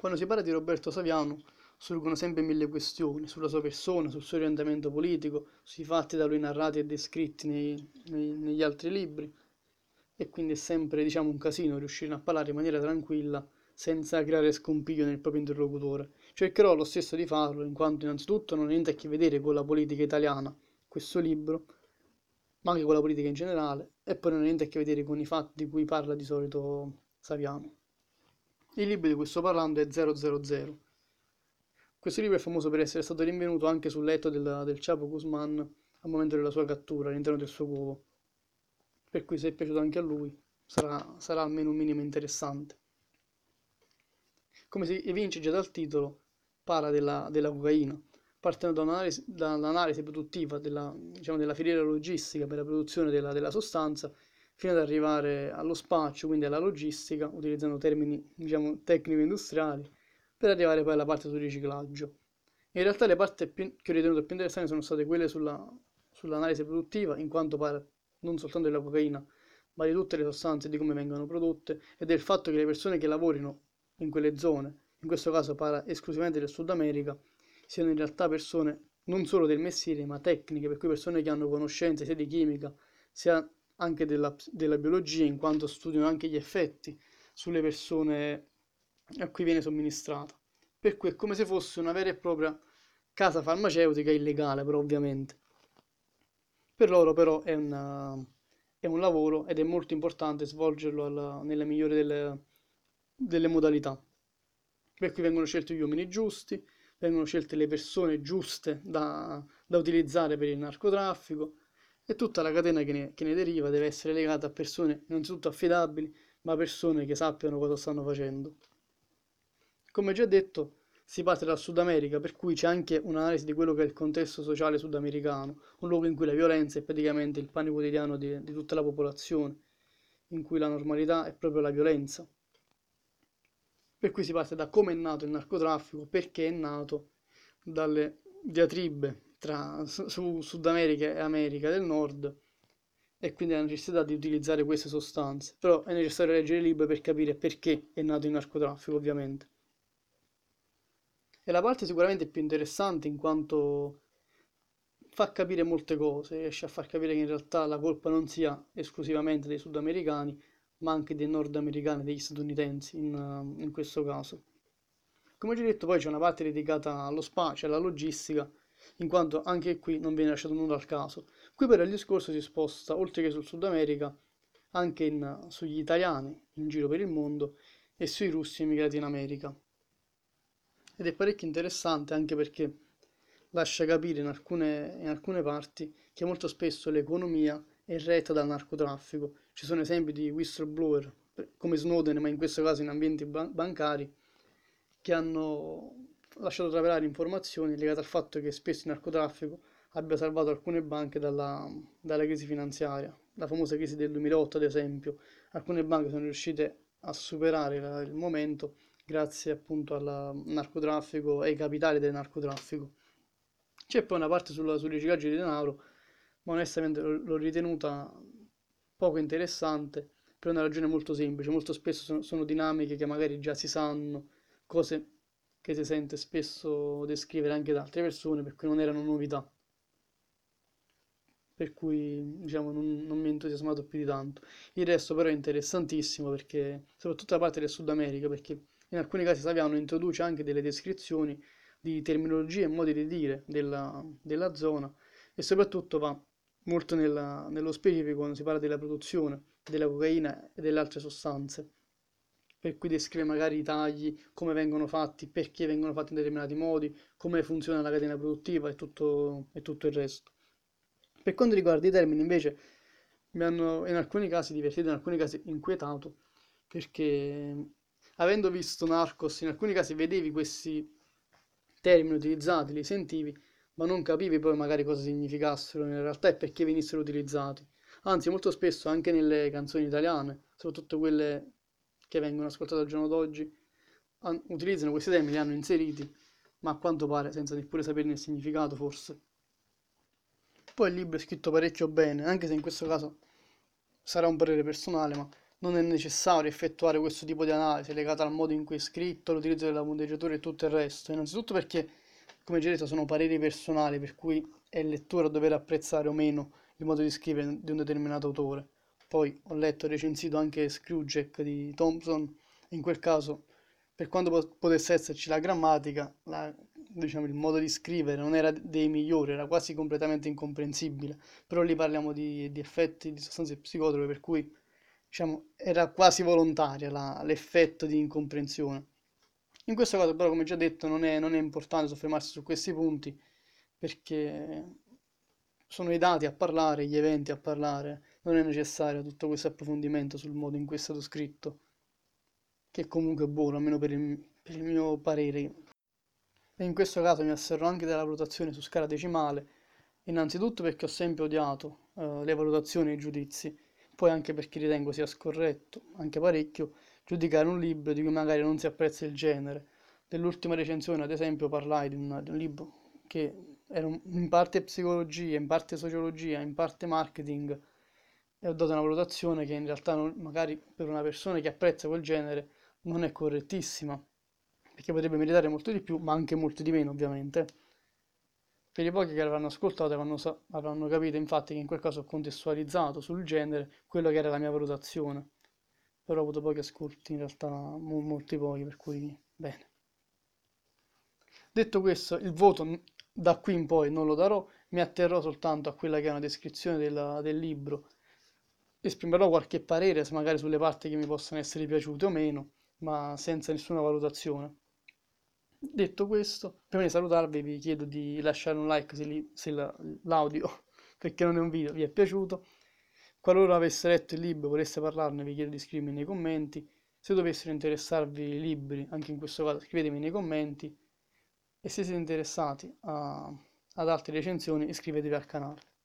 Quando si parla di Roberto Saviano sorgono sempre mille questioni sulla sua persona, sul suo orientamento politico, sui fatti da lui narrati e descritti negli altri libri, e quindi è sempre, diciamo, un casino riuscire a parlare in maniera tranquilla senza creare scompiglio nel proprio interlocutore. Cercherò lo stesso di farlo, in quanto innanzitutto non ha niente a che vedere con la politica italiana, questo libro, ma anche con la politica in generale, e poi non ha niente a che vedere con i fatti di cui parla di solito Saviano. Il libro di cui sto parlando è 000. Questo libro è famoso per essere stato rinvenuto anche sul letto del Chapo Guzman al momento della sua cattura all'interno del suo covo, per cui se è piaciuto anche a lui sarà almeno un minimo interessante. Come si evince già dal titolo, parla della cocaina, partendo dall'analisi produttiva diciamo, della filiera logistica per la produzione della sostanza, fino ad arrivare allo spaccio, quindi alla logistica, utilizzando termini, diciamo, tecnico-industriali, per arrivare poi alla parte sul riciclaggio. In realtà le parti che ho ritenuto più interessanti sono state quelle sull'analisi produttiva, in quanto parla non soltanto della cocaina, ma di tutte le sostanze, di come vengono prodotte e del fatto che le persone che lavorino in quelle zone, in questo caso parla esclusivamente del Sud America, siano in realtà persone non solo del mestiere, ma tecniche, per cui persone che hanno conoscenze sia di chimica, sia anche della biologia, in quanto studiano anche gli effetti sulle persone a cui viene somministrata. Per cui è come se fosse una vera e propria casa farmaceutica illegale, però ovviamente. Per loro però è un lavoro ed è molto importante svolgerlo nella migliore delle modalità. Per cui vengono scelti gli uomini giusti, vengono scelte le persone giuste da utilizzare per il narcotraffico e tutta la catena che ne deriva deve essere legata a persone innanzitutto affidabili, ma persone che sappiano cosa stanno facendo. Come già detto, si parte dal Sud America, per cui c'è anche un'analisi di quello che è il contesto sociale sudamericano, un luogo in cui la violenza è praticamente il pane quotidiano di tutta la popolazione, in cui la normalità è proprio la violenza. Per cui si parte da come è nato il narcotraffico, perché è nato, dalle diatribe su Sud America e America del Nord, e quindi la necessità di utilizzare queste sostanze. Però è necessario leggere il libro per capire perché è nato il narcotraffico, ovviamente. È la parte sicuramente più interessante in quanto fa capire molte cose, riesce a far capire che in realtà la colpa non sia esclusivamente dei sudamericani, ma anche dei nordamericani, degli statunitensi in questo caso. Come ho già detto, poi c'è una parte dedicata allo spazio, alla logistica, in quanto anche qui non viene lasciato nulla al caso. Qui però il discorso si sposta, oltre che sul Sud America, anche sugli italiani in giro per il mondo e sui russi emigrati in America. Ed è parecchio interessante anche perché lascia capire in alcune parti che molto spesso l'economia è retta dal narcotraffico. Ci sono esempi di whistleblower come Snowden, ma in questo caso in ambienti bancari, che hanno lasciato trapelare informazioni legate al fatto che spesso il narcotraffico abbia salvato alcune banche dalla crisi finanziaria. La famosa crisi del 2008, ad esempio, alcune banche sono riuscite a superare il momento grazie appunto al narcotraffico e ai capitali del narcotraffico. C'è poi una parte sul riciclaggio di denaro, ma onestamente l'ho ritenuta poco interessante per una ragione molto semplice. Molto spesso sono dinamiche che magari già si sanno, cose che si sente spesso descrivere anche da altre persone, per cui non erano novità. Per cui diciamo non mi ha entusiasmato più di tanto. Il resto però è interessantissimo perché, soprattutto la parte del Sud America, perché in alcuni casi Saviano introduce anche delle descrizioni di terminologie e modi di dire della zona e soprattutto va molto nello specifico quando si parla della produzione della cocaina e delle altre sostanze. Per cui descrive magari i tagli, come vengono fatti, perché vengono fatti in determinati modi, come funziona la catena produttiva e tutto il resto. Per quanto riguarda i termini, invece, mi hanno in alcuni casi divertito, in alcuni casi inquietato, perché avendo visto Narcos, in alcuni casi vedevi questi termini utilizzati, li sentivi, ma non capivi poi magari cosa significassero in realtà e perché venissero utilizzati. Anzi, molto spesso anche nelle canzoni italiane, soprattutto quelle che vengono ascoltate al giorno d'oggi, utilizzano questi termini, li hanno inseriti, ma a quanto pare senza neppure saperne il significato, forse. Poi il libro è scritto parecchio bene, anche se in questo caso sarà un parere personale, ma non è necessario effettuare questo tipo di analisi legata al modo in cui è scritto, l'utilizzo della punteggiatura e tutto il resto. Innanzitutto perché, come già detto, sono pareri personali, per cui è il lettore a dover apprezzare o meno il modo di scrivere di un determinato autore. Poi ho letto e recensito anche Screwjack di Thompson, e in quel caso, per quanto potesse esserci la grammatica, diciamo, il modo di scrivere non era dei migliori, era quasi completamente incomprensibile. Però lì parliamo di effetti di sostanze psicotrope, per cui diciamo, era quasi volontaria l'effetto di incomprensione. In questo caso, però, come già detto, non è importante soffermarsi su questi punti perché sono i dati a parlare, gli eventi a parlare, non è necessario tutto questo approfondimento sul modo in cui è stato scritto, che è comunque buono, almeno per il mio parere. E in questo caso mi asserro anche della valutazione su scala decimale, innanzitutto perché ho sempre odiato le valutazioni e i giudizi, poi anche perché ritengo sia scorretto, anche parecchio, giudicare un libro di cui magari non si apprezza il genere. Nell'ultima recensione, ad esempio, parlai di un libro che era in parte psicologia, in parte sociologia, in parte marketing, e ho dato una valutazione che in realtà magari per una persona che apprezza quel genere non è correttissima, perché potrebbe meritare molto di più, ma anche molto di meno, ovviamente. Per i pochi che avranno ascoltato avranno capito infatti che in quel caso ho contestualizzato sul genere quello che era la mia valutazione, però ho avuto pochi ascolti, in realtà molti pochi, per cui bene. Detto questo, il voto da qui in poi non lo darò, mi atterrò soltanto a quella che è una descrizione del libro. Esprimerò qualche parere, magari sulle parti che mi possono essere piaciute o meno, ma senza nessuna valutazione. Detto questo, prima di salutarvi vi chiedo di lasciare un like se l'audio, perché non è un video, vi è piaciuto. Qualora avesse letto il libro e volesse parlarne, vi chiedo di scrivermi nei commenti. Se dovessero interessarvi i libri, anche in questo caso, scrivetemi nei commenti. E se siete interessati ad altre recensioni, iscrivetevi al canale.